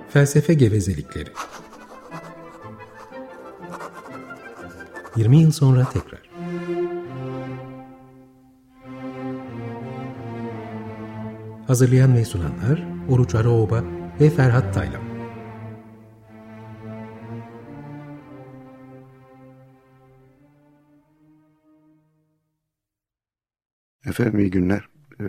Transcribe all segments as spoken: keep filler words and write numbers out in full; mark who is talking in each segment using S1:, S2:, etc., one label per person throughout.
S1: Felsefe gevezelikleri. yirmi yıl sonra tekrar. Hazırlayan ve sunanlar Oruç Araoba ve Ferhat Taylan.
S2: Efendim iyi günler. Ee,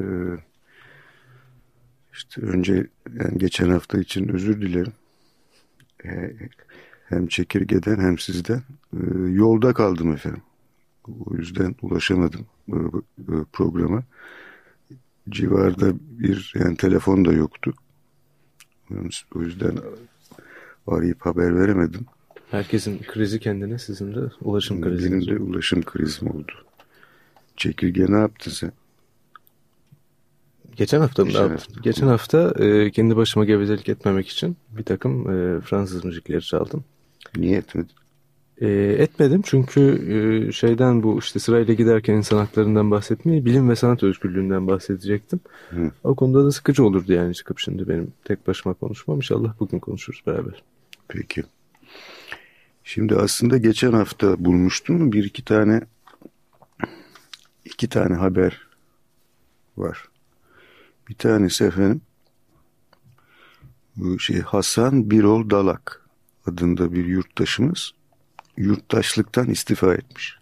S2: işte önce yani geçen hafta için özür dilerim. Ee, hem çekirgeden hem sizden. Ee, yolda kaldım efendim. O yüzden ulaşamadım e, e, programa. Civarda bir yani telefon da yoktu. O yüzden arayıp haber veremedim.
S3: Herkesin krizi kendine, sizin de ulaşım krizi.
S2: Benim de ulaşım krizim oldu. Çekirge ne yaptı sen?
S3: Geçen hafta mı?
S2: Geçen
S3: Geçen,
S2: hafta,
S3: Geçen hafta e, kendi başıma gevezelik etmemek için bir takım e, Fransız müzikleri çaldım.
S2: Niye etmedin?
S3: E, etmedim çünkü e, şeyden bu işte sırayla giderken insan haklarından bahsetmeyi, bilim ve sanat özgürlüğünden bahsedecektim. Hı. O konuda da sıkıcı olurdu yani çıkıp şimdi benim tek başıma konuşmam. İnşallah bugün konuşuruz beraber.
S2: Peki. Şimdi aslında geçen hafta bulmuştum bir iki tane iki tane haber var. Bir tanesi efendim bu şey Hasan Birol Dalak adında bir yurttaşımız yurttaşlıktan istifa etmiş.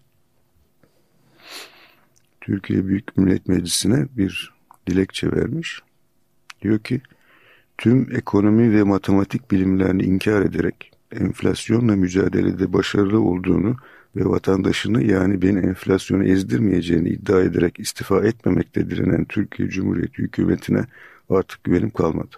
S2: Türkiye Büyük Millet Meclisi'ne bir dilekçe vermiş. Diyor ki tüm ekonomi ve matematik bilimlerini inkar ederek enflasyonla mücadelede başarılı olduğunu ve vatandaşını yani beni enflasyonu ezdirmeyeceğini iddia ederek istifa etmemekte direnen Türkiye Cumhuriyeti hükümetine artık güvenim kalmadı.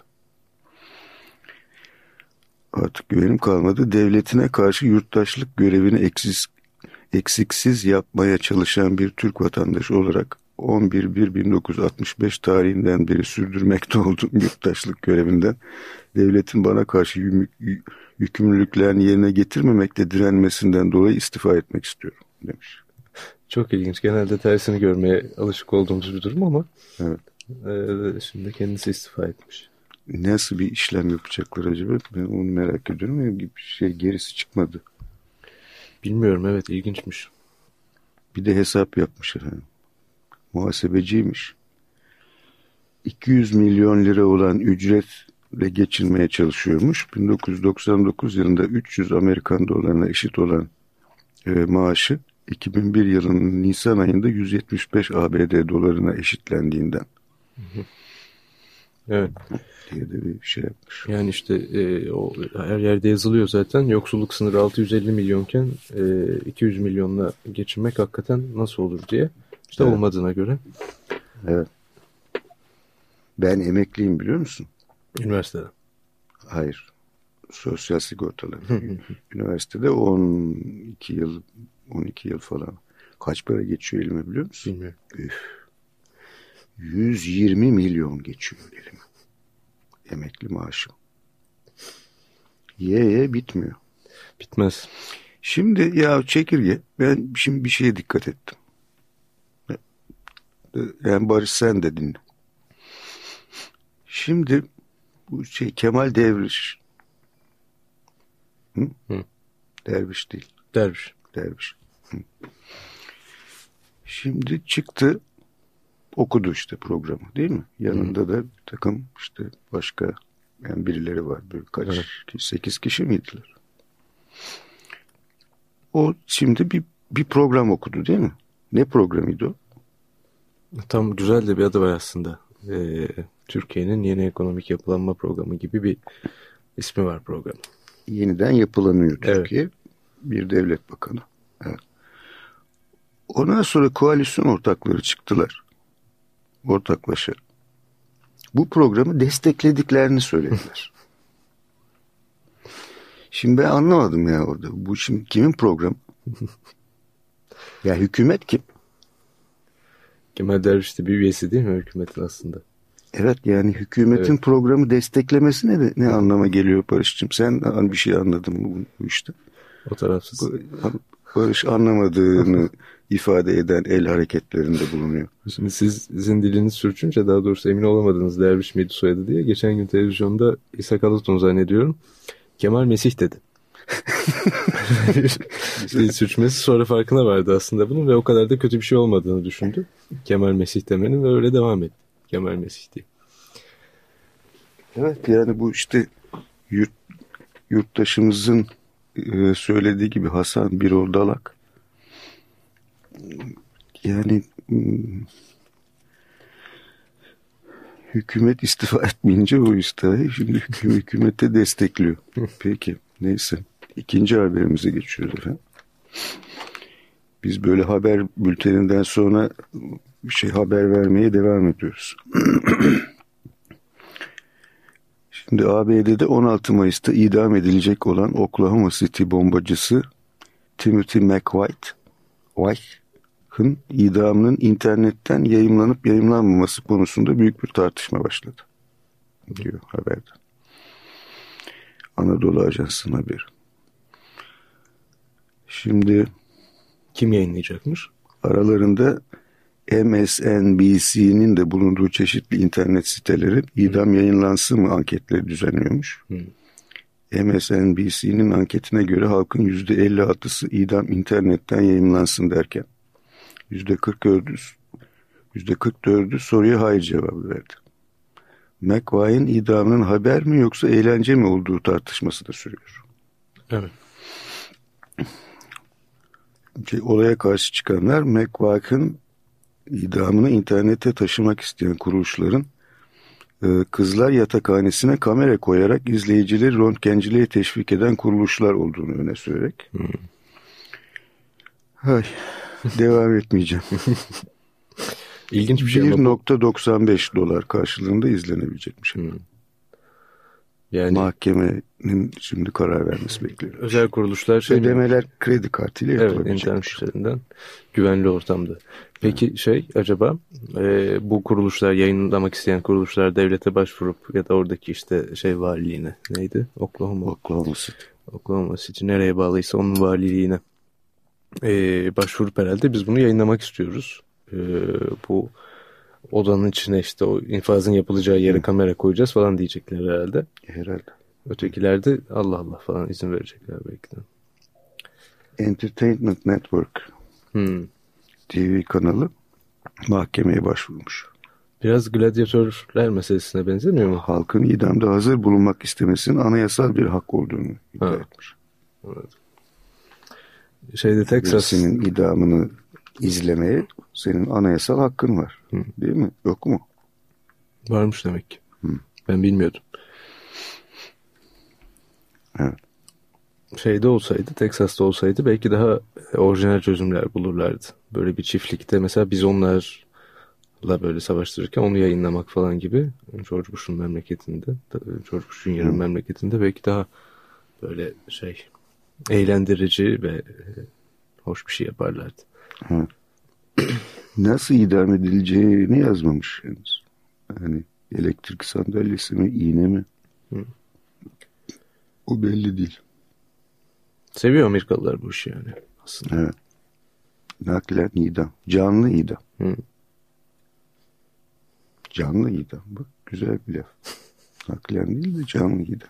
S2: Artık güvenim kalmadı. Devletine karşı yurttaşlık görevini eksiz, eksiksiz yapmaya çalışan bir Türk vatandaşı olarak on bir bir bin dokuz yüz altmış beş tarihinden beri sürdürmekte olduğum yurttaşlık görevinden devletin bana karşı yük, yükümlülüklerini yerine getirmemekte direnmesinden dolayı istifa etmek istiyorum demiş.
S3: Çok ilginç. Genelde tersini görmeye alışık olduğumuz bir durum ama
S2: evet.
S3: e, şimdi kendisi istifa etmiş.
S2: Nasıl bir işlem yapacaklar acaba? Ben onu merak ediyorum. Bir şey gerisi çıkmadı.
S3: Bilmiyorum, evet, ilginçmiş.
S2: Bir de hesap yapmış efendim. Muhasebeciymiş. iki yüz milyon lira olan ücretle geçinmeye çalışıyormuş. bin dokuz yüz doksan dokuz yılında üç yüz Amerikan dolarına eşit olan e, maaşı iki bin bir yılının Nisan ayında yüz yetmiş beş A B D dolarına eşitlendiğinden.
S3: Hı hı. Evet.
S2: Diye de bir şey yapmış.
S3: Yani işte e, o her yerde yazılıyor zaten. Yoksulluk sınırı altı yüz elli milyonken e, iki yüz milyonla geçinmek hakikaten nasıl olur diye. İşte evet. Olmadığına göre.
S2: Evet. Ben emekliyim biliyor musun?
S3: Üniversitede.
S2: Hayır. Sosyal sigortalı. Üniversitede on iki yıl on iki yıl falan. Kaç para geçiyor elime biliyor musun?
S3: Bilmiyorum.
S2: Üf. yüz yirmi milyon geçiyor elime. Emekli maaşım. Ye ye bitmiyor.
S3: Bitmez.
S2: Şimdi ya çekirge, ben şimdi bir şeye dikkat ettim. Yani Barış sen de dinle. Şimdi bu şey Kemal Derviş. Hı?
S3: Hı.
S2: Derviş değil.
S3: Derviş.
S2: Derviş. Hı. Şimdi çıktı, okudu işte programı değil mi? Yanında Hı. da bir takım işte başka yani birileri var. Böyle kaç, evet. sekiz kişi miydiler? O şimdi bir, bir program okudu değil mi? Ne programıydı o?
S3: Tam güzel de bir adı var aslında. Ee, Türkiye'nin yeni ekonomik yapılanma programı gibi bir ismi var program.
S2: Yeniden yapılanıyor Türkiye. Evet. Bir devlet bakanı. Evet. Ondan sonra koalisyon ortakları çıktılar. Ortaklaşa. Bu programı desteklediklerini söylediler. Şimdi ben anlamadım ya orada. Bu şimdi kimin programı? Ya hükümet kim?
S3: Kemal Derviş de bir üyesi değil mi hükümetin aslında?
S2: Evet yani hükümetin evet. programı desteklemesi ne, de, ne anlama geliyor Barış'cığım? Sen bir şey anladın mı bu, bu işte?
S3: O tarafsız.
S2: Barış anlamadığını ifade eden el hareketlerinde bulunuyor.
S3: Şimdi siz, sizin diliniz sürçünce, daha doğrusu emin olamadınız Derviş miydi soyadı diye. Geçen gün televizyonda İsa Kalaton zannediyorum Kemal Mesih dedi. Dil sürçmesi, sonra farkına vardı aslında bunun ve o kadar da kötü bir şey olmadığını düşündü. Kemal Mesih demenin ve öyle devam etti. Kemal Mesih diye.
S2: Evet, yani bu işte yurt, yurttaşımızın e, söylediği gibi Hasan Birol Dalak, yani hükümet istifa etmeyince o istifayı şimdi hüküm, hükümete destekliyor. Peki, neyse. İkinci haberimize geçiyoruz efendim. Biz böyle haber bülteninden sonra bir şey haber vermeye devam ediyoruz. Şimdi A B D'de on altı Mayıs'ta idam edilecek olan Oklahoma City bombacısı Timothy McVeigh, White'ın idamının internetten yayımlanıp yayımlanmaması konusunda büyük bir tartışma başladı, diyor haberde. Anadolu Ajansı'nın haberi. Şimdi
S3: kim yayınlayacakmış?
S2: Aralarında M S N B C'nin de bulunduğu çeşitli internet siteleri idam Hı. yayınlansın mı anketleri düzenliyormuş. Hı. M S N B C'nin anketine göre halkın yüzde elli altısı idam internetten yayınlansın derken yüzde kırk dördü yüzde kırk dördü soruya hayır cevabı verdi. McVeigh'in idamının haber mi yoksa eğlence mi olduğu tartışması da sürüyor.
S3: Evet.
S2: Şey, olaya karşı çıkanlar McVeigh'in idamını internete taşımak isteyen kuruluşların e, kızlar yatakhanesine kamera koyarak izleyicileri röntgenciliğe teşvik eden kuruluşlar olduğunu öne sürerek. Hmm. Hay, devam etmeyeceğim.
S3: İlginç bir şey.
S2: bir nokta doksan beş dolar karşılığında izlenebilecekmiş. Hmm. Yani mahkemenin şimdi karar vermesi bekleniyor.
S3: Özel kuruluşlar şey
S2: ödemeler kredi kartıyla yapılabilecek.
S3: Evet, internet üzerinden güvenli ortamda. Peki evet. şey acaba e, bu kuruluşlar, yayınlamak isteyen kuruluşlar devlete başvurup ya da oradaki işte şey valiliğine, neydi? Oklahoma.
S2: Oklahoma City.
S3: Oklahoma City nereye bağlıysa onun valiliğine e, başvurup herhalde biz bunu yayınlamak istiyoruz. E, bu odanın içine işte o infazın yapılacağı yere Hı. kamera koyacağız falan diyecekler herhalde.
S2: Herhalde.
S3: Ötekiler de Allah Allah falan izin verecekler belki de.
S2: Entertainment Network hmm. T V kanalı mahkemeye başvurmuş.
S3: Biraz gladyatörler meselesine benzemiyor mu?
S2: Halkın idamda hazır bulunmak istemesinin anayasal bir hak olduğunu iddia ha. etmiş.
S3: Evet. Şeyde Texas.
S2: Senin idamını izlemeye senin anayasal hakkın var. Hı. Değil mi? Yok mu?
S3: Varmış demek ki. Hı. Ben bilmiyordum.
S2: Evet.
S3: Şeyde olsaydı, Texas'ta olsaydı belki daha orijinal çözümler bulurlardı. Böyle bir çiftlikte mesela biz onlarla böyle savaştırırken onu yayınlamak falan gibi. George Bush'un memleketinde, George Bush Junior'ın memleketinde belki daha böyle şey eğlendirici ve hoş bir şey yaparlardı.
S2: Hı. Nasıl idam edileceğini yazmamış henüz. Yani elektrik sandalyesi mi, iğne mi? Hı. O belli değil.
S3: Seviyor Amerikalılar bu işi yani aslında.
S2: Evet. Naklen idam. Canlı idam. Hı. Canlı idam. Bak güzel bir laf. Naklen değil de canlı idam.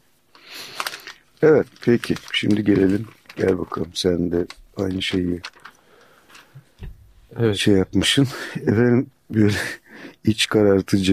S2: Evet peki. Şimdi gelelim. Gel bakalım sen de aynı şeyi evet. şey yapmışsın. Efendim böyle iç karartıcı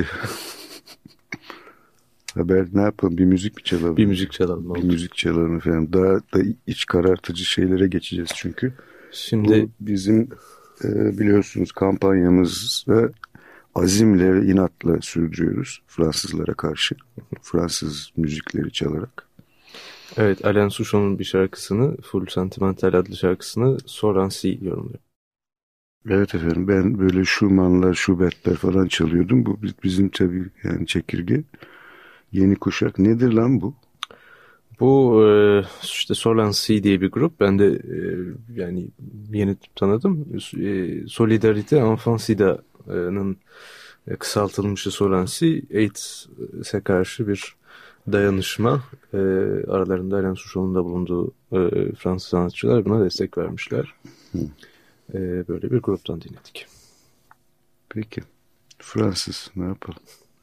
S2: haber ne yapalım? Bir müzik mi çalalım?
S3: Bir müzik çalalım.
S2: Bir oldu. müzik çalalım efendim. Daha da iç karartıcı şeylere geçeceğiz çünkü.
S3: Şimdi
S2: bu bizim e, biliyorsunuz kampanyamız ve azimle ve inatla sürdürüyoruz Fransızlara karşı. Fransız müzikleri çalarak.
S3: Evet, Alain Souchon'un bir şarkısını, Full Sentimental adlı şarkısını Sorancy yorumluyor.
S2: Evet efendim, ben böyle Schumann'lar, Schubert'ler falan çalıyordum. Bu bizim tabii yani çekirge. Yeni kuşak. Nedir lan bu?
S3: Bu işte Solancy diye bir grup. Ben de yani yeni tanıdım. Solidarite Enfant Sida'nın kısaltılmışı Solancy. AIDS'e karşı bir dayanışma, e, aralarında Alain Souchon'un da bulunduğu e, Fransız sanatçılar buna destek vermişler. E, böyle bir gruptan dinledik.
S2: Peki. Fransız ne yapalım?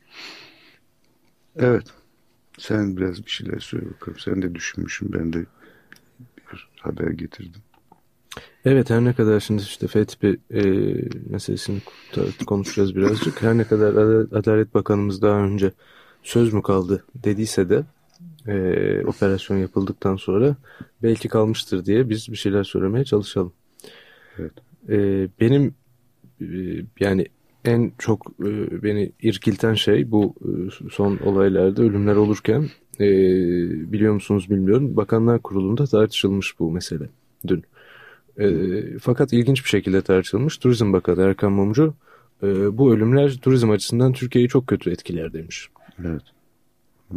S2: Evet. Sen biraz bir şeyler söyle bakalım. Sen de düşünmüşsün. Ben de bir haber getirdim.
S3: Evet, her ne kadar şimdi işte F tipi e, meselesini konuşacağız birazcık. Her ne kadar Adalet Bakanımız daha önce söz mü kaldı dediyse de e, operasyon yapıldıktan sonra belki kalmıştır diye biz bir şeyler söylemeye çalışalım.
S2: Evet.
S3: E, benim e, yani en çok e, beni irkilten şey bu e, son olaylarda ölümler olurken e, biliyor musunuz bilmiyorum, Bakanlar Kurulu'nda tartışılmış bu mesele dün. E, fakat ilginç bir şekilde tartışılmış. Turizm Bakanı Erkan Mumcu e, bu ölümler turizm açısından Türkiye'yi çok kötü etkiler demiş.
S2: Evet. Hı.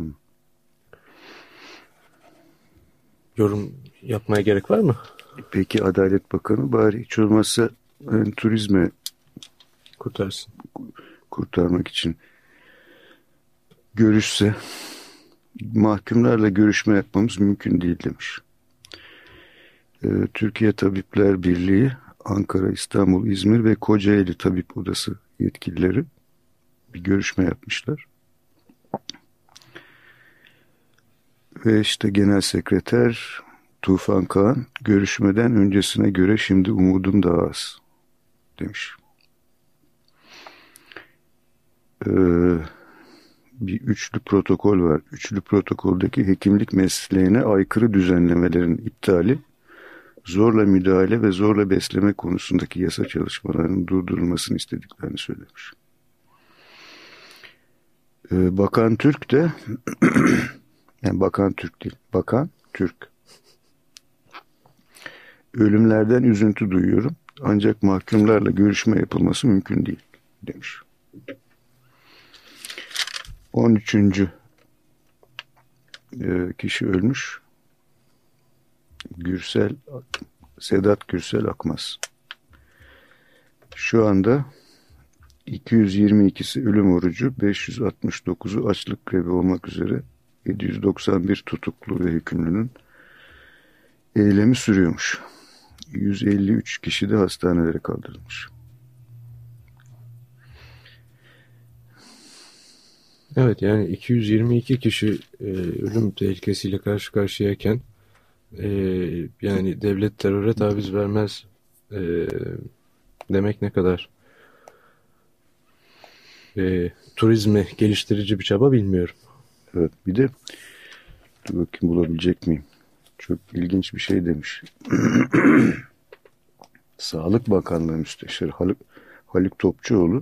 S3: Yorum yapmaya gerek var mı?
S2: Peki Adalet Bakanı bari hiç olmazsa yani, turizme
S3: Kurtarsın.
S2: kurtarmak için görüşse, mahkumlarla görüşme yapmamız mümkün değil demiş. Ee, Türkiye Tabipler Birliği, Ankara, İstanbul, İzmir ve Kocaeli Tabip Odası yetkilileri bir görüşme yapmışlar. Ve işte Genel Sekreter Tufan Kağan, görüşmeden öncesine göre şimdi umudum daha az demiş. Ee, bir üçlü protokol var. Üçlü protokoldeki hekimlik mesleğine aykırı düzenlemelerin iptali, zorla müdahale ve zorla besleme konusundaki yasa çalışmalarının durdurulmasını istediklerini söylemiş. Ee, Bakan Türk de yani Bakan Türk değil, Bakan Türk. Ölümlerden üzüntü duyuyorum. Ancak mahkumlarla görüşme yapılması mümkün değil demiş. on üçüncü kişi ölmüş. Gürsel, Sedat Gürsel Akmaz. Şu anda iki yüz yirmi ikisi ölüm orucu, beş yüz altmış dokuzu açlık grevi olmak üzere yedi yüz doksan bir tutuklu ve hükümlünün eylemi sürüyormuş. yüz elli üç kişi de hastanelere kaldırılmış.
S3: Evet, yani iki yüz yirmi iki kişi e, ölüm tehlikesiyle karşı karşıyayken e, yani devlet teröre taviz vermez e, demek ne kadar e, turizmi geliştirici bir çaba bilmiyorum.
S2: Evet, bir de dur bakayım bulabilecek miyim? Çok ilginç bir şey demiş. Sağlık Bakanlığı Müsteşarı Haluk, Haluk Topçuoğlu,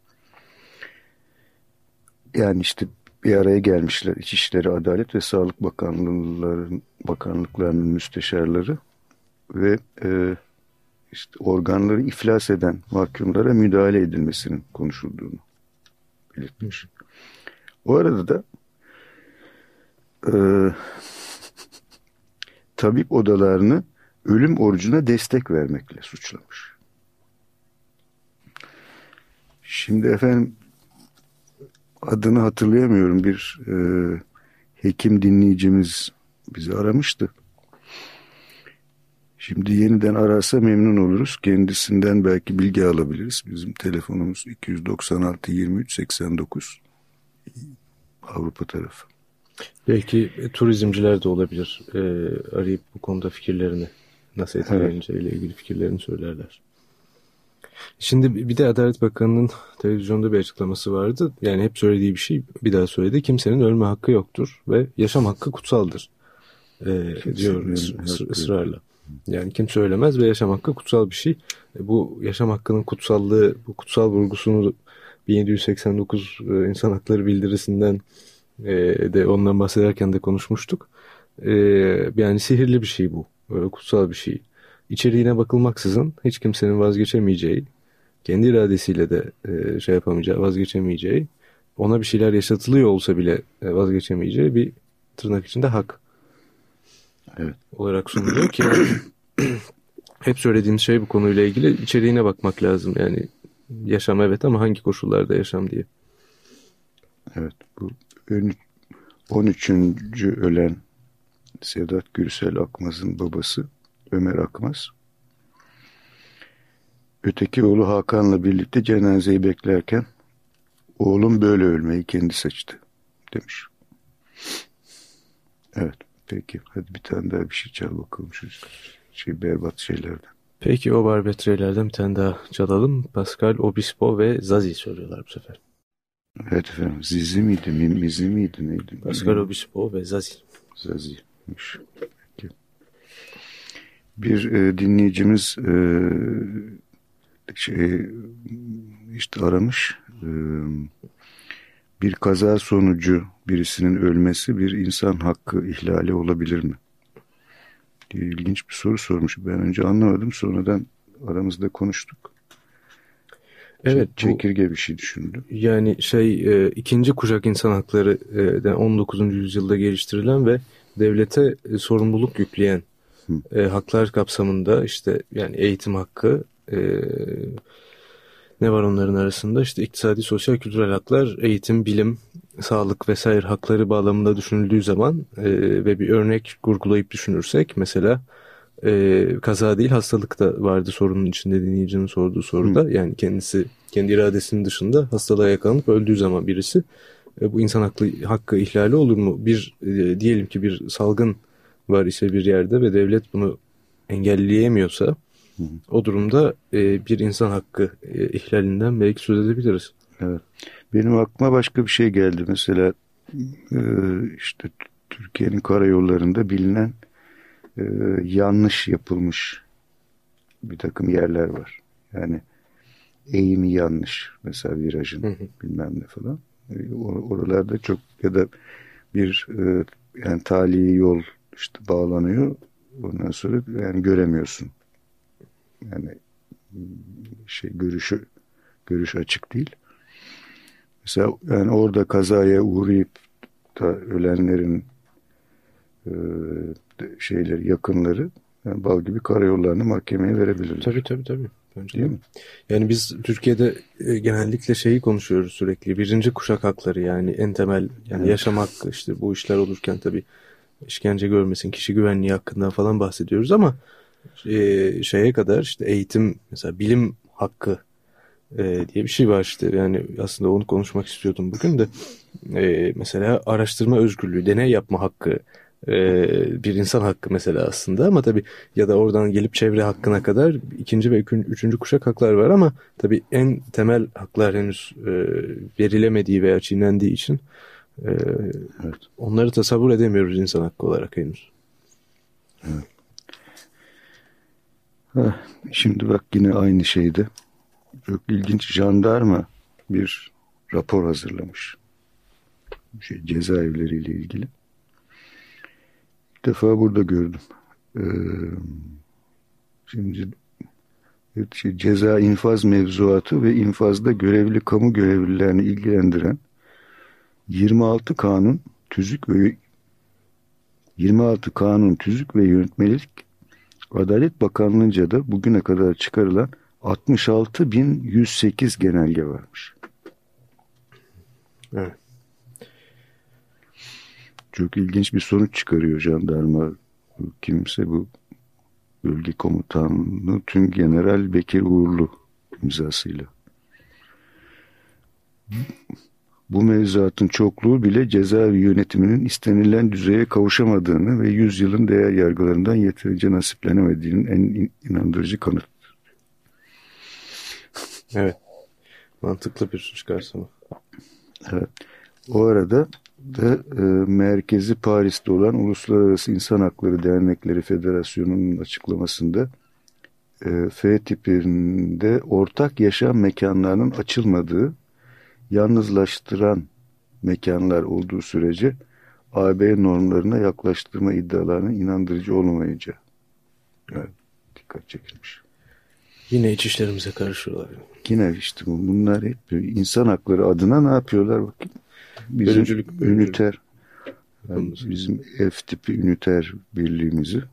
S2: yani işte bir araya gelmişler İçişleri, Adalet ve Sağlık Bakanlıklarının bakanlıklarının müsteşarları ve e, işte organları iflas eden mahkumlara müdahale edilmesinin konuşulduğunu belirtmiş. O arada da e, tabip odalarını ölüm orucuna destek vermekle suçlamış. Şimdi efendim adını hatırlayamıyorum, bir e, hekim dinleyicimiz bizi aramıştı. Şimdi yeniden ararsa memnun oluruz. Kendisinden belki bilgi alabiliriz. Bizim telefonumuz iki yüz doksan altı yirmi üç seksen dokuz Avrupa tarafı.
S3: Belki e, turizmciler de olabilir. E, arayıp bu konuda fikirlerini, nasıl etkileneceğiyle evet. ilgili fikirlerini söylerler. Şimdi bir de Adalet Bakanı'nın televizyonda bir açıklaması vardı. Yani hep söylediği bir şey bir daha söyledi. Kimsenin ölme hakkı yoktur ve yaşam hakkı kutsaldır e, diyor ısr- ısrarla. Yani kimse ölemez ve yaşam hakkı kutsal bir şey. E, bu yaşam hakkının kutsallığı, bu kutsal vurgusunu bin yedi yüz seksen dokuz e, İnsan Hakları Bildirisi'nden e, de ondan bahsederken de konuşmuştuk. E, yani sihirli bir şey bu. Böyle kutsal bir şey. İçeriğine bakılmaksızın hiç kimsenin vazgeçemeyeceği, kendi iradesiyle de e, şey yapamayacağı, vazgeçemeyeceği, ona bir şeyler yaşatılıyor olsa bile e, vazgeçemeyeceği bir tırnak içinde hak
S2: evet.
S3: olarak sunuluyor ki hep söylediğimiz şey bu konuyla ilgili içeriğine bakmak lazım. Yani yaşam evet ama hangi koşullarda yaşam diye.
S2: Evet, bu on üçüncü ölen Sedat Gürsel Akmaz'ın babası Ömer Akmaz, öteki oğlu Hakan'la birlikte cenazeyi beklerken oğlum böyle ölmeyi kendi seçti demiş. Evet, peki hadi bir tane daha bir şey çal bakalım şu şey berbat şeylerden.
S3: Peki o barbetrelerden bir tane daha çalalım. Pascal Obispo ve Zazie söylüyorlar bu sefer.
S2: Evet efendim. Zizi miydi? Mizi miydi? Neydi?
S3: Pascal Obispo ve Zazie.
S2: Zazie'miş. Peki. Bir e, dinleyicimiz e, şey işte aramış. E, bir kaza sonucu birisinin ölmesi bir insan hakkı ihlali olabilir mi diye ilginç bir soru sormuş. Ben önce anlamadım. Sonradan aramızda konuştuk.
S3: Evet,
S2: çekirge bu, bir şey düşündüm.
S3: Yani şey e, ikinci kuşak insan hakları e, on dokuzuncu yüzyılda geliştirilen ve devlete e, sorumluluk yükleyen e, haklar kapsamında işte yani eğitim hakkı, e, ne var onların arasında? İşte iktisadi, sosyal, kültürel haklar, eğitim, bilim, sağlık vesaire hakları bağlamında düşünüldüğü zaman e, ve bir örnek kurgulayıp düşünürsek mesela e, kaza değil hastalık da vardı sorunun içinde dinleyicinin sorduğu soruda. Hı. Yani kendisi kendi iradesinin dışında hastalığa yakalanıp öldüğü zaman birisi e, bu insan hakkı, hakkı ihlali olur mu? Bir e, diyelim ki bir salgın var ise bir yerde ve devlet bunu engelleyemiyorsa, hı hı, o durumda e, bir insan hakkı e, ihlalinden belki söz edebiliriz.
S2: Evet. Benim aklıma başka bir şey geldi. Mesela e, işte Türkiye'nin karayollarında bilinen e, yanlış yapılmış bir takım yerler var. Yani eğimi yanlış. Mesela virajın, hı hı, bilmem ne falan. E, oralarda çok ya da bir e, yani tali yol işte bağlanıyor. Ondan sonra yani göremiyorsun. Yani şey görüşü görüş açık değil. Mesela yani orada kazaya uğrayıp da ölenlerin e, şeyleri yakınları yani bal gibi karayollarını mahkemeye verebilirler.
S3: Tabii tabii tabii. Bence değil mi? Yani biz Türkiye'de e, genellikle şeyi konuşuyoruz sürekli. Birinci kuşak hakları yani en temel yani, evet, yaşam hakkı işte bu işler olurken tabii işkence görmesin, kişi güvenliği hakkından falan bahsediyoruz ama e, şeye kadar işte eğitim mesela bilim hakkı e, diye bir şey var işte. Yani aslında onu konuşmak istiyordum bugün de. E, mesela araştırma özgürlüğü, deney yapma hakkı e, bir insan hakkı mesela aslında ama tabii ya da oradan gelip çevre hakkına kadar ikinci ve üçüncü kuşak haklar var ama tabii en temel haklar henüz e, verilemediği veya çiğnendiği için e, evet, onları tasavvur edemiyoruz insan hakkı olarak henüz.
S2: Evet. Heh, şimdi bak yine aynı şeyde çok ilginç, jandarma bir rapor hazırlamış. Şey, cezaevleriyle ilgili. İlk defa burada gördüm. Ee, şimdi şey, ceza infaz mevzuatı ve infazda görevli kamu görevlilerini ilgilendiren yirmi altı kanun, tüzük ve yirmi altı kanun, tüzük ve yönetmelik, Adalet Bakanlığı'nca da bugüne kadar çıkarılan altmış altı bin yüz sekiz genelge varmış.
S3: Evet.
S2: Çok ilginç bir sonuç çıkarıyor jandarma. Kimse bu bölge komutanlığı Tümgeneral Bekir Uğurlu imzasıyla. Bu mevzuatın çokluğu bile cezaevi yönetiminin istenilen düzeye kavuşamadığını ve yüzyılın değer yargılarından yeterince nasiplenemediğinin en inandırıcı kanıtı.
S3: Evet. Mantıklı bir çıkarsama.
S2: Evet. O arada da e, merkezi Paris'te olan Uluslararası İnsan Hakları Dernekleri Federasyonu'nun açıklamasında e, F tipinde ortak yaşam mekanlarının açılmadığı, yalnızlaştıran mekanlar olduğu sürece A B normlarına yaklaştırma iddialarının inandırıcı olmayacağı, evet, dikkat çekilmiş.
S3: Yine iç işlerimize karışıyorlar.
S2: Yine işte bunlar hep insan hakları adına ne yapıyorlar bakayım. Bizim
S3: Bölücülük,
S2: üniter, yani bizim F tipi üniter birliğimizi.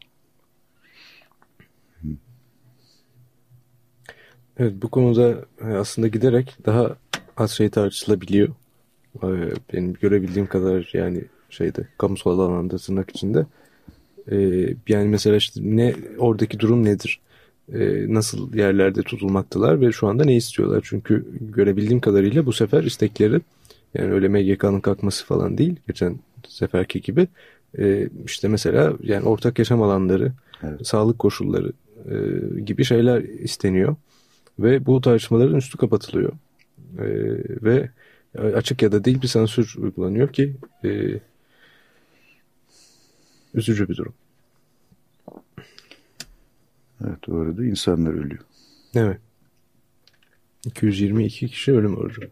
S3: Evet, bu konuda aslında giderek daha az şey tartışılabiliyor. Benim görebildiğim kadar yani şeyde kamusal alanda tırnak içinde. E, yani mesela işte ne oradaki durum nedir? E, nasıl yerlerde tutulmaktalar ve şu anda ne istiyorlar? Çünkü görebildiğim kadarıyla bu sefer istekleri yani öyle M G K'nın kalkması falan değil. Geçen seferki gibi. E, işte mesela yani ortak yaşam alanları,
S2: evet.
S3: sağlık koşulları e, gibi şeyler isteniyor. Ve bu tartışmaların üstü kapatılıyor. E, ve açık ya da değil bir sansür uygulanıyor ki e, üzücü bir durum.
S2: Evet, orada insanlar ölüyor.
S3: Evet. iki yüz yirmi iki kişi ölüm orucu.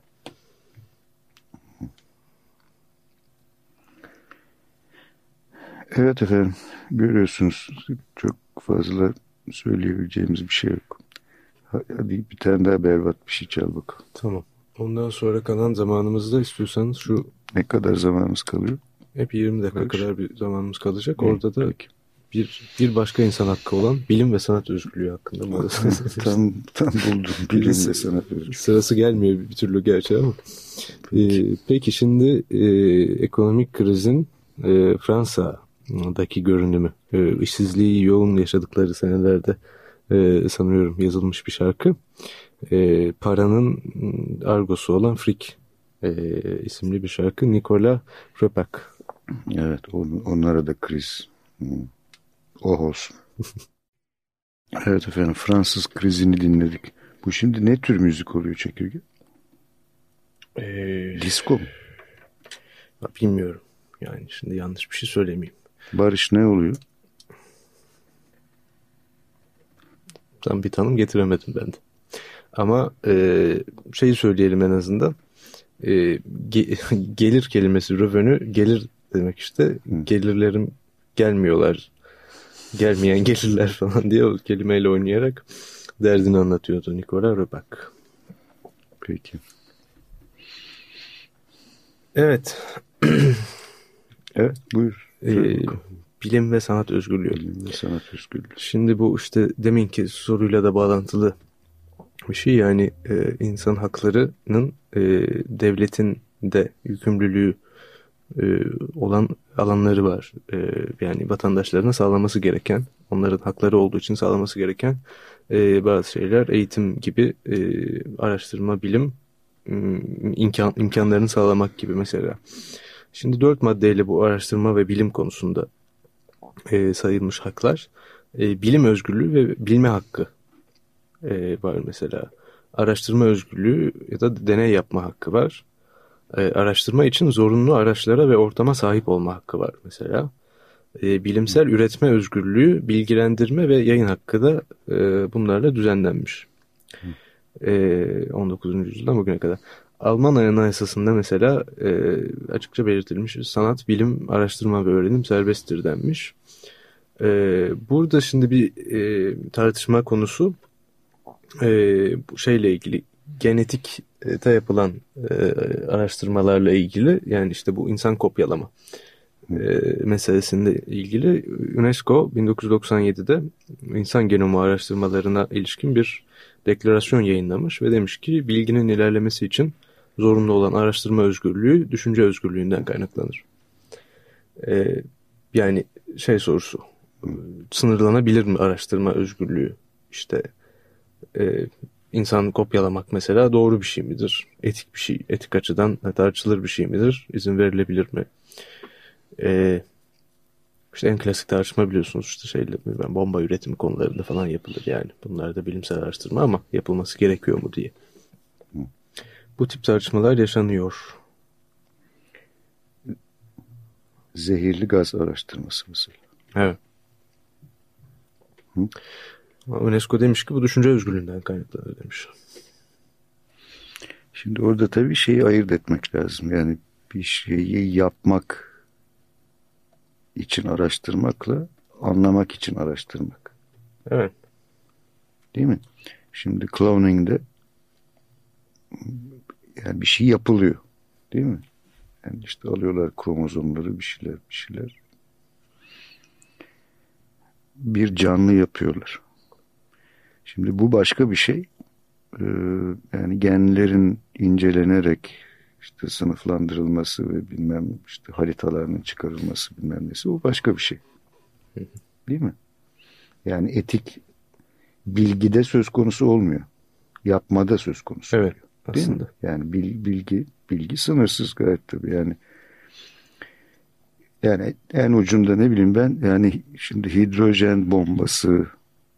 S2: Evet efendim, görüyorsunuz çok fazla söyleyebileceğimiz bir şey yok. Hadi bir tane daha berbat bir şey çal bakalım.
S3: Tamam. Ondan sonra kalan zamanımızda istiyorsanız şu...
S2: Ne kadar zamanımız kalıyor?
S3: Hep yirmi dakika
S2: Barış.
S3: kadar bir zamanımız kalacak.
S2: Hı,
S3: Orada da
S2: peki.
S3: bir bir başka insan hakkı olan bilim ve sanat özgürlüğü hakkında.
S2: tam, tam buldum. Bilim ve sanat özgürlüğü.
S3: Sırası gelmiyor bir türlü gerçi ama. Peki, ee, peki şimdi e, ekonomik krizin e, Fransa'daki görünümü, e, işsizliği yoğun yaşadıkları senelerde e, sanıyorum yazılmış bir şarkı. E, paranın argosu olan Frick e, isimli bir şarkı. Nicolas Röpek.
S2: Evet, on, onlara da kriz. Oh olsun. Evet efendim, Fransız krizini dinledik. Bu şimdi ne tür müzik oluyor Çekirge?
S3: Ee,
S2: Disko mu?
S3: Bilmiyorum. Yani şimdi yanlış bir şey söylemeyeyim.
S2: Barış ne oluyor?
S3: Tam bir tanım getiremedim ben de. Ama e, şeyi söyleyelim en azından. E, ge, gelir kelimesi revenu gelir demek işte. Hı. Gelirlerim gelmiyorlar. Gelmeyen gelirler falan diye o kelimeyle oynayarak derdini anlatıyordu Nicolas Röpek.
S2: Peki.
S3: Evet.
S2: Evet, buyur.
S3: Ee, bilim ve sanat özgürlüğü.
S2: Bilim ve sanat özgürlüğü.
S3: Şimdi bu işte deminki soruyla da bağlantılı bir şey. Yani e, insan haklarının e, devletin de yükümlülüğü e, olan alanları var. E, yani vatandaşlarına sağlaması gereken, onların hakları olduğu için sağlaması gereken e, bazı şeyler, eğitim gibi, e, araştırma, bilim imkan, imkanlarını sağlamak gibi mesela. Şimdi dört maddeyle bu araştırma ve bilim konusunda e, sayılmış haklar. E, bilim özgürlüğü ve bilme hakkı e, var mesela. Araştırma özgürlüğü ya da deney yapma hakkı var. E, araştırma için zorunlu araçlara ve ortama sahip olma hakkı var mesela. E, bilimsel üretme özgürlüğü, bilgilendirme ve yayın hakkı da e, bunlarla düzenlenmiş. E, on dokuzuncu yüzyıldan bugüne kadar. Alman Anayasası'nda mesela e, açıkça belirtilmiş sanat, bilim, araştırma ve öğrenim serbesttir denmiş. E, burada şimdi bir e, tartışma konusu e, bu şeyle ilgili, genetikte yapılan e, araştırmalarla ilgili, yani işte bu insan kopyalama e, meselesinde ilgili UNESCO bin dokuz yüz doksan yedide insan genomu araştırmalarına ilişkin bir deklarasyon yayınlamış ve demiş ki bilginin ilerlemesi için zorunlu olan araştırma özgürlüğü düşünce özgürlüğünden kaynaklanır. E, yani şey sorusu, sınırlanabilir mi araştırma özgürlüğü? İşte e, insan kopyalamak mesela doğru bir şey midir? Etik bir şey, etik açıdan tartışılır bir şey midir? İzin verilebilir mi? E, işte en klasik tartışma biliyorsunuz işte şeyle, bomba üretimi konularında falan yapılır yani. Bunlar da bilimsel araştırma ama yapılması gerekiyor mu diye. Bu tip tartışmalar yaşanıyor.
S2: Zehirli gaz araştırması mesela.
S3: Evet. Hı? UNESCO demiş ki bu düşünce özgürlüğünden kaynaklanır demiş.
S2: Şimdi orada tabii şeyi ayırt etmek lazım. Yani bir şeyi yapmak için araştırmakla anlamak için araştırmak.
S3: Evet.
S2: Değil mi? Şimdi cloning'de yani bir şey yapılıyor. Değil mi? Yani işte alıyorlar kromozomları, bir şeyler, bir şeyler. Bir canlı yapıyorlar. Şimdi bu başka bir şey. Ee, yani genlerin incelenerek işte sınıflandırılması ve bilmem işte haritalarının çıkarılması bilmem nesi, o başka bir şey. Değil mi? Yani etik bilgide söz konusu olmuyor. Yapmada söz konusu
S3: evet,
S2: oluyor. Değil
S3: aslında.
S2: mi? Yani bilgi bilgi sınırsız gayet tabii yani. Yani en ucunda ne bileyim ben, yani şimdi hidrojen bombasının,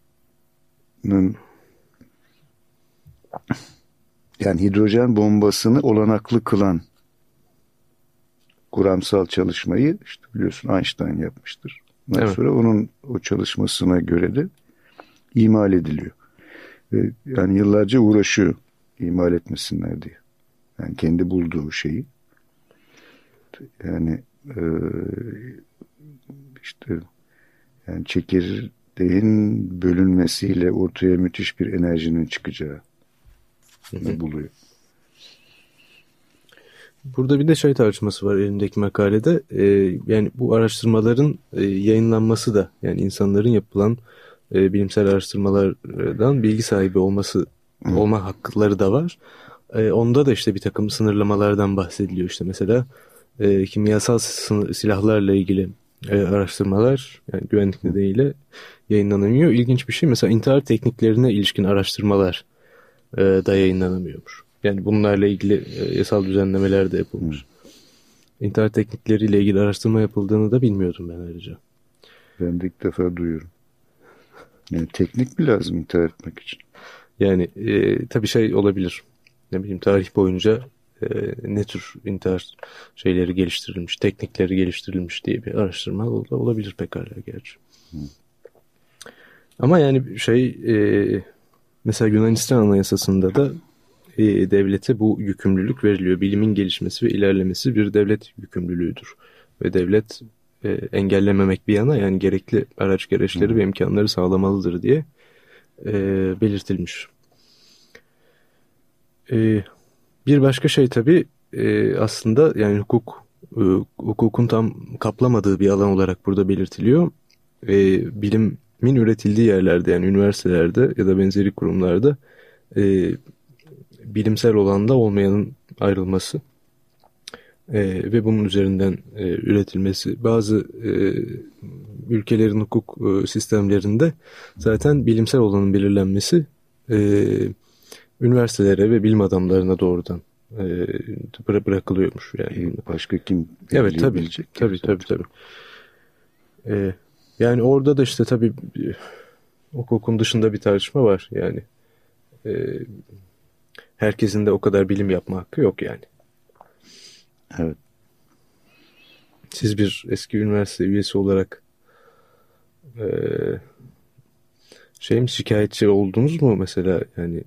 S2: yani hidrojen bombasını olanaklı kılan kuramsal çalışmayı işte biliyorsun Einstein yapmıştır. Ondan
S3: Evet.
S2: sonra onun o çalışmasına göre de imal ediliyor. Ve yani yıllarca uğraşıyor imal etmesinler diye. Yani kendi bulduğu şeyi. Yani e, işte yani çekirdeğin bölünmesiyle ortaya müthiş bir enerjinin çıkacağı buluyor.
S3: Burada bir de şey tartışması var elimdeki makalede. Ee, yani bu araştırmaların e, yayınlanması da, yani insanların yapılan e, bilimsel araştırmalardan bilgi sahibi olması Hı. olma hakları da var. E, onda da işte bir takım sınırlamalardan bahsediliyor. İşte mesela e, kimyasal silahlarla ilgili e, araştırmalar, yani güvenlik nedeniyle yayınlanamıyor. İlginç bir şey, mesela intihar tekniklerine ilişkin araştırmalar e, da yayınlanamıyormuş. Yani bunlarla ilgili e, yasal düzenlemeler de yapılmış. Hı. İntihar teknikleriyle ilgili araştırma yapıldığını da bilmiyordum ben ayrıca.
S2: Ben de ilk defa duyuyorum. Yani teknik mi lazım intihar etmek için?
S3: Yani e, tabii şey olabilir. Ne bileyim, tarih boyunca e, ne tür intihar şeyleri geliştirilmiş, teknikleri geliştirilmiş diye bir araştırma olabilir pekala gerçi. Hı. Ama yani şey e, mesela Yunanistan Anayasası'nda da e, devlete bu yükümlülük veriliyor. Bilimin gelişmesi ve ilerlemesi bir devlet yükümlülüğüdür. Ve devlet e, engellememek bir yana, yani gerekli araç gereçleri Hı. ve imkanları sağlamalıdır diye e, belirtilmiş. E, bir başka şey tabii e, aslında yani hukuk e, hukukun tam kaplamadığı bir alan olarak burada belirtiliyor. E, bilimin üretildiği yerlerde, yani üniversitelerde ya da benzeri kurumlarda e, bilimsel olanla olmayanın ayrılması e, ve bunun üzerinden e, üretilmesi. Bazı e, ülkelerin hukuk e, sistemlerinde zaten bilimsel olanın belirlenmesi e, üniversitelere ve bilim adamlarına doğrudan e, bıra- bırakılıyormuş. Yani
S2: başka kim
S3: evet, tabii, tabii, tabii, tabii. E, yani orada da işte tabii hukukun dışında bir tartışma var. Yani e, herkesin de o kadar bilim yapma hakkı yok yani.
S2: Evet.
S3: Siz bir eski üniversite üyesi olarak e, şey mi, şikayetçi oldunuz mu mesela, yani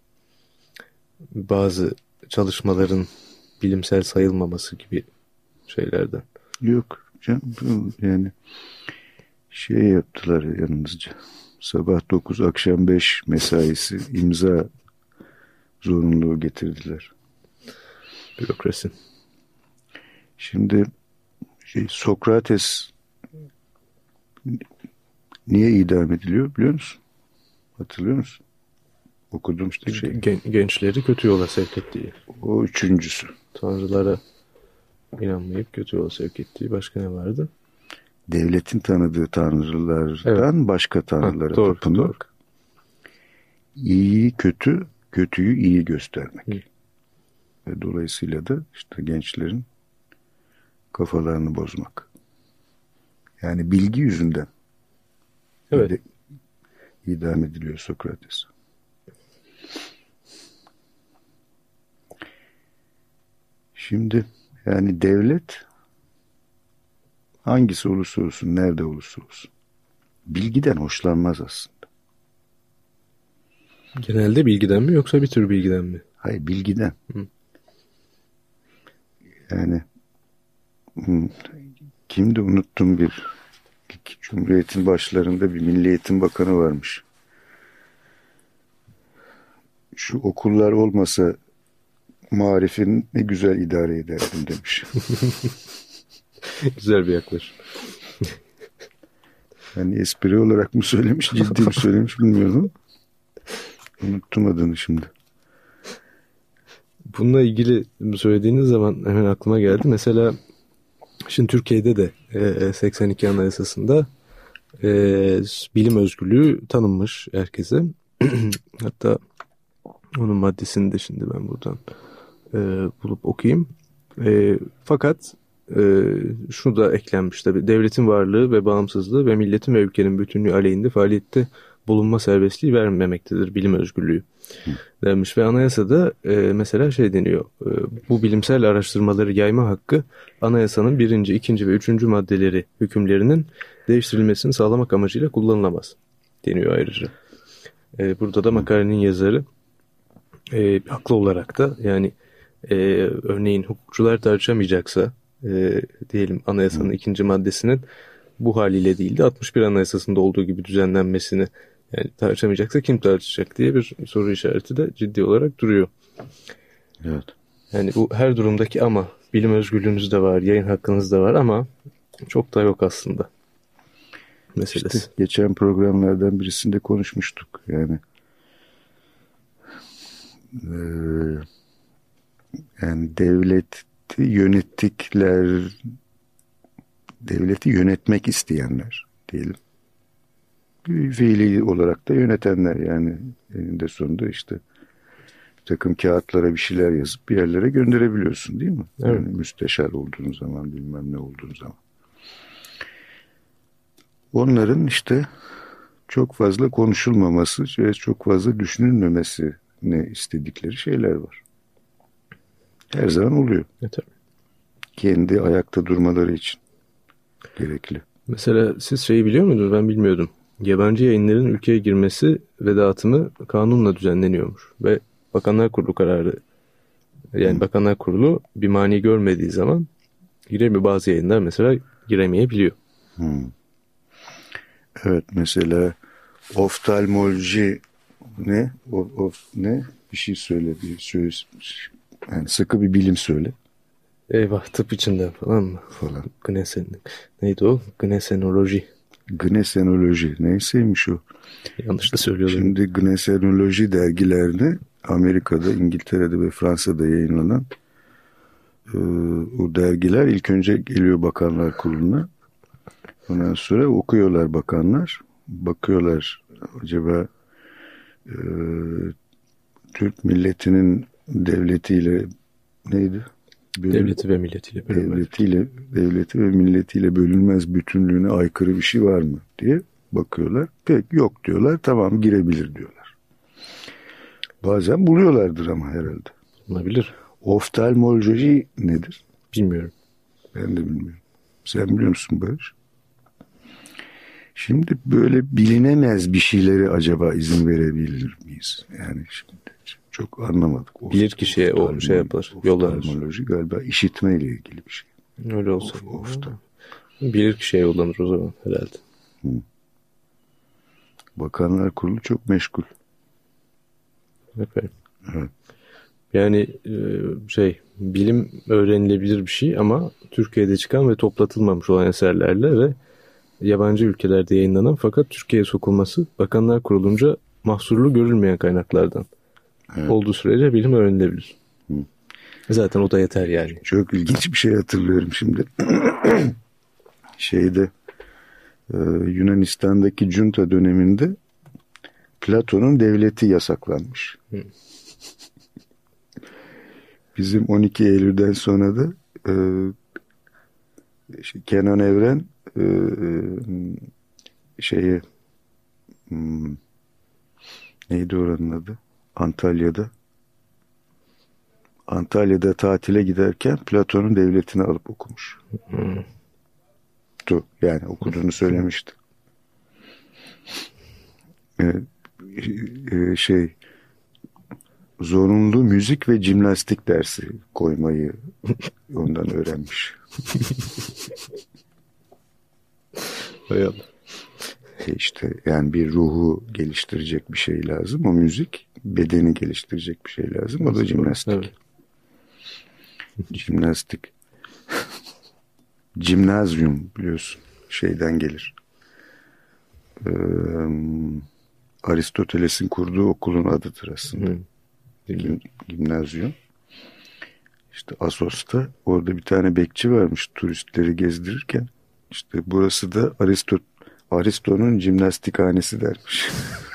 S3: bazı çalışmaların bilimsel sayılmaması gibi şeylerden?
S2: Yok canım, yani şey yaptılar yalnızca. Sabah dokuz akşam beş mesaisi, imza zorunluluğu getirdiler.
S3: Bürokrasi.
S2: Şimdi şey, Sokrates niye idam ediliyor biliyor musun? Hatırlıyor musun? Okudum işte şey.
S3: Gen, gençleri kötü yola sevk ettiği.
S2: O üçüncüsü.
S3: Tanrılara inanmayıp kötü yola sevk ettiği. Başka ne vardı?
S2: Devletin tanıdığı tanrılardan evet. başka tanrılara
S3: ha,
S2: tapınmak. İyiyi kötü, kötüyü iyi göstermek. Hı. Ve dolayısıyla da işte gençlerin kafalarını bozmak. Yani bilgi yüzünden
S3: evet.
S2: idam ediliyor Sokrates. Şimdi yani devlet hangisi olursa olsun, nerede olursa olsun bilgiden hoşlanmaz aslında.
S3: Genelde bilgiden mi yoksa bir tür bilgiden mi?
S2: Hayır, bilgiden. Hı. Yani kimdi unuttum, bir Cumhuriyet'in başlarında bir Milli Eğitim Bakanı varmış. Şu okullar olmasa marifin ne güzel idare ederdim demiş.
S3: Güzel bir yaklaşım.
S2: Yani espri olarak mı söylemiş, ciddi mi söylemiş bilmiyorum. Unuttum adını şimdi.
S3: bununla ilgili söylediğiniz zaman hemen aklıma geldi. Mesela şimdi Türkiye'de de e, seksen iki Anayasası'nda e, bilim özgürlüğü tanınmış herkese. Hatta onun maddesini de şimdi ben buradan e, bulup okuyayım. E, fakat e, şunu da eklenmiş tabii. Devletin varlığı ve bağımsızlığı ve milletin ve ülkenin bütünlüğü aleyhinde faaliyette bulunma serbestliği vermemektedir bilim özgürlüğü denmiş. Ve anayasada e, mesela şey deniyor. E, bu bilimsel araştırmaları yayma hakkı anayasanın birinci, ikinci ve üçüncü maddeleri hükümlerinin değiştirilmesini sağlamak amacıyla kullanılamaz deniyor ayrıca. E, burada da makalenin yazarı e, haklı olarak da yani e, örneğin hukukçular tartışamayacaksa e, diyelim anayasanın Hı. ikinci maddesinin bu haliyle değil de altmış bir Anayasası'nda olduğu gibi düzenlenmesini yani tartışamayacaksa kim tartışacak diye bir soru işareti de ciddi olarak duruyor.
S2: Evet.
S3: Yani bu her durumdaki ama bilim özgürlüğünüz de var, yayın hakkınız da var ama çok da yok aslında meselesi.
S2: İşte geçen programlardan birisinde konuşmuştuk. Yani e, yani devleti yönettikler, devleti yönetmek isteyenler diyelim. Fiili olarak da yönetenler yani eninde sonunda işte bir takım kağıtlara bir şeyler yazıp bir yerlere gönderebiliyorsun değil mi? Evet. Yani müsteşar olduğun zaman bilmem ne olduğun zaman. Onların işte çok fazla konuşulmaması ve çok fazla düşünülmemesini istedikleri şeyler var. Her zaman oluyor.
S3: Evet.
S2: Kendi ayakta durmaları için gerekli.
S3: Mesela siz şeyi biliyor muydunuz? Ben bilmiyordum. Yabancı yayınların ülkeye girmesi ve dağıtımı kanunla düzenleniyormuş. Ve Bakanlar Kurulu kararı yani Hı. Bakanlar Kurulu bir mani görmediği zaman giremiyor. Bazı yayınlar mesela giremeyebiliyor.
S2: Hı. Evet mesela oftalmoloji ne? Of, of, ne? Bir şey söyle. Bir söz, yani sıkı bir bilim söyle.
S3: Eyvah tıp içinden falan mı?
S2: Falan.
S3: Gnesen, neydi o? Gnesenoloji.
S2: Gnesenoloji. Neyseymiş o?
S3: Yanlış da söylüyorlar.
S2: Şimdi Gnesenoloji dergilerini Amerika'da, İngiltere'de ve Fransa'da yayınlanan e, o dergiler ilk önce geliyor Bakanlar Kurulu'na. Ondan sonra okuyorlar bakanlar. Bakıyorlar acaba e, Türk milletinin devletiyle neydi?
S3: Bölün, devleti ve milletiyle bölünmez.
S2: Devletiyle, devleti ve milletiyle bölünmez bütünlüğüne aykırı bir şey var mı diye bakıyorlar. Pek yok diyorlar. Tamam girebilir diyorlar. Bazen buluyorlardır ama herhalde.
S3: Olabilir.
S2: Oftalmoloji nedir?
S3: Bilmiyorum.
S2: Ben de bilmiyorum. Sen biliyor musun Barış? Şimdi böyle bilinemez bir şeyleri acaba izin verebilir miyiz? Yani şimdi çok anlamadık.
S3: Bilir kişiye o şey yapılır. Yollanır.
S2: Oftalmoloji galiba işitmeyle ilgili bir şey.
S3: Öyle olsa. Of, ofta. Bilir kişiye yollanır o zaman herhalde. Hı.
S2: Bakanlar Kurulu çok meşgul.
S3: Evet. Evet. Yani şey bilim öğrenilebilir bir şey ama Türkiye'de çıkan ve toplatılmamış olan eserlerle ve yabancı ülkelerde yayınlanan fakat Türkiye'ye sokulması Bakanlar Kurulu'nca mahsurlu görülmeyen kaynaklardan evet. olduğu sürece bilim öğrenilebilir. Hı. Zaten o da yeter yani.
S2: Çok ilginç bir şey hatırlıyorum şimdi. Şeyde Yunanistan'daki junta döneminde Platon'un devleti yasaklanmış. Hı. Bizim on iki Eylül'den sonra da e, Kenan Evren e, şeye hmm, neydi oranın adı? Antalya'da Antalya'da tatile giderken Platon'un devletini alıp okumuş. Hmm. Tu, yani okuduğunu söylemişti. E, e, şey zorunlu müzik ve jimnastik dersi koymayı ondan öğrenmiş.
S3: Hay Allah.
S2: İşte yani bir ruhu geliştirecek bir şey lazım. O müzik bedeni geliştirecek bir şey lazım. O da jimnastik. Evet. Jimnastik. Jimnazyum biliyorsun. Şeyden gelir. Ee, Aristoteles'in kurduğu okulun adıdır aslında. Hı. Gim, gimnazyum. İşte Assos'ta orada bir tane bekçi varmış turistleri gezdirirken. İşte burası da Aristo, Aristo'nun jimnastikhanesi dermiş.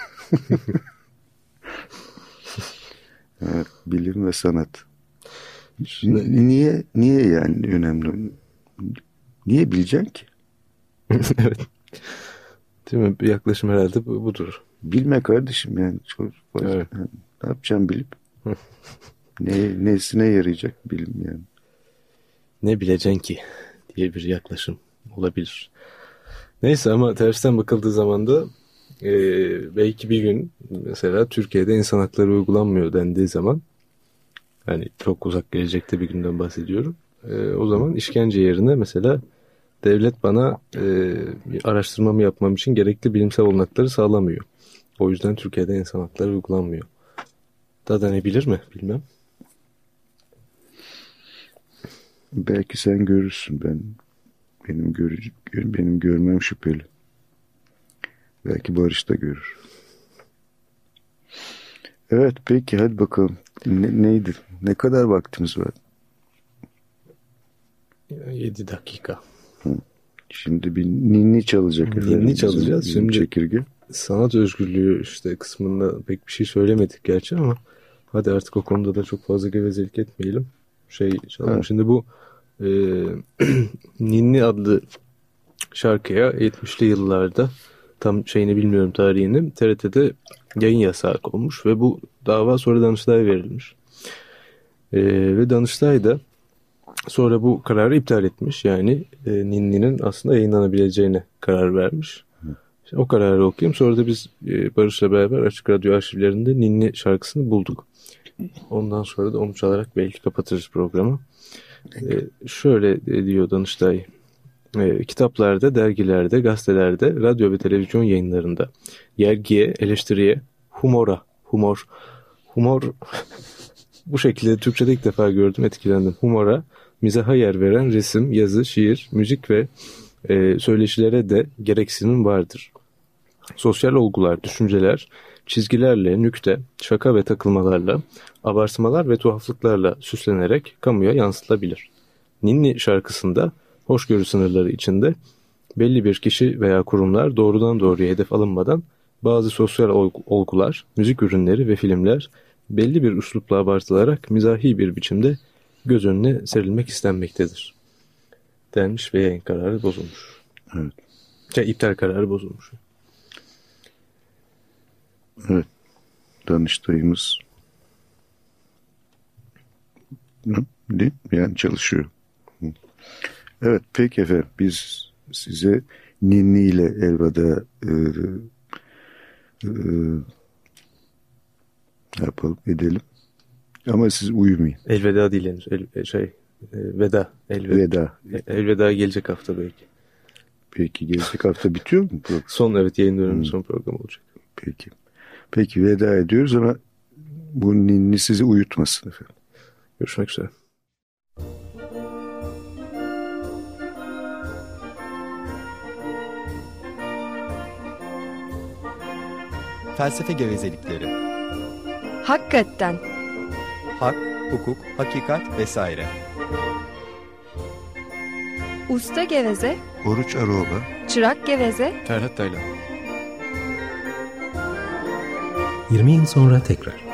S2: Evet, bilim ve sanat. N- niye niye yani önemli? Niye bileceksin ki?
S3: Evet. Değil mi? Bir yaklaşım herhalde bu, budur.
S2: Bilme kardeşim yani. Çok fazla.
S3: Evet.
S2: Yani, ne yapacağım bilip? ne, nesine yarayacak bilim yani?
S3: Ne bileceksin ki diye bir yaklaşım olabilir. Neyse ama tersten bakıldığı zaman da e, belki bir gün mesela Türkiye'de insan hakları uygulanmıyor dendiği zaman, hani çok uzak gelecekte bir günden bahsediyorum. E, o zaman işkence yerine mesela devlet bana e, araştırmamı yapmam için gerekli bilimsel olanakları sağlamıyor. O yüzden Türkiye'de insan hakları uygulanmıyor. Da denebilir mi? Bilmem.
S2: Belki sen görürsün, ben benim görücü, benim görmem şüpheli. Belki Barış da görür. Evet, peki hadi bakalım. Ne, neydi? Ne kadar vaktimiz var?
S3: yedi dakika.
S2: Hı. Şimdi bir ninni çalacak
S3: Ninni
S2: efendim.
S3: çalacağız.
S2: Bizim,
S3: Şimdi
S2: çekirge.
S3: Sanat özgürlüğü işte kısmında pek bir şey söylemedik gerçi ama hadi artık o konuda da çok fazla gevezelik etmeyelim. Şey çalalım. Evet. Şimdi bu e, Ninni adlı şarkıya yetmişli yıllarda, tam şeyini bilmiyorum tarihini, T R T'de yayın yasağı konmuş ve bu dava sonra Danıştay'a verilmiş. E, ve Danıştay da sonra bu kararı iptal etmiş. Yani e, Ninni'nin aslında yayınlanabileceğine karar vermiş. Hı. O kararı okuyayım. Sonra da biz e, Barış'la beraber Açık Radyo arşivlerinde Ninni şarkısını bulduk. Ondan sonra da onu çalarak belki kapatırız programı. E, şöyle diyor Danıştay. E, kitaplarda, dergilerde, gazetelerde, radyo ve televizyon yayınlarında yergiye, eleştiriye, humora, humor, humor bu şekilde Türkçe'de ilk defa gördüm, etkilendim. Humora, mizaha yer veren resim, yazı, şiir, müzik ve e, söyleşilere de gereksinim vardır. Sosyal olgular, düşünceler, çizgilerle, nükte, şaka ve takılmalarla, abartmalar ve tuhaflıklarla süslenerek kamuya yansıtılabilir. Ninni şarkısında hoşgörü sınırları içinde belli bir kişi veya kurumlar doğrudan doğruya hedef alınmadan bazı sosyal olgular, müzik ürünleri ve filmler belli bir üslupla abartılarak mizahi bir biçimde göz önüne serilmek istenmektedir denmiş ve yayın kararı bozulmuş.
S2: Evet.
S3: Şey, iptal kararı bozulmuş.
S2: Evet. Danıştayımız değil mi? Yani çalışıyor. Evet, peki efendim. Biz size Ninni ile elveda e, e, ne yapalım, edelim. Ama siz uyumayın.
S3: Elveda değil henüz. El, şey, e, veda. Elveda.
S2: Veda.
S3: Elveda gelecek hafta belki.
S2: Peki gelecek hafta bitiyor mu program?
S3: Son, evet, yayın dönemi
S2: hmm.
S3: son program olacak.
S2: Peki. Peki veda ediyoruz ama bu ninni sizi uyutmasın efendim.
S3: Görüşmek üzere.
S4: Felsefe gevezelikleri.
S5: Hakikaten.
S4: Hak, hukuk, hakikat vesaire.
S5: Usta geveze.
S2: Oruç Aroğlu.
S5: Çırak geveze.
S3: Ferhat Taylan.
S1: yirmi yıl sonra tekrar.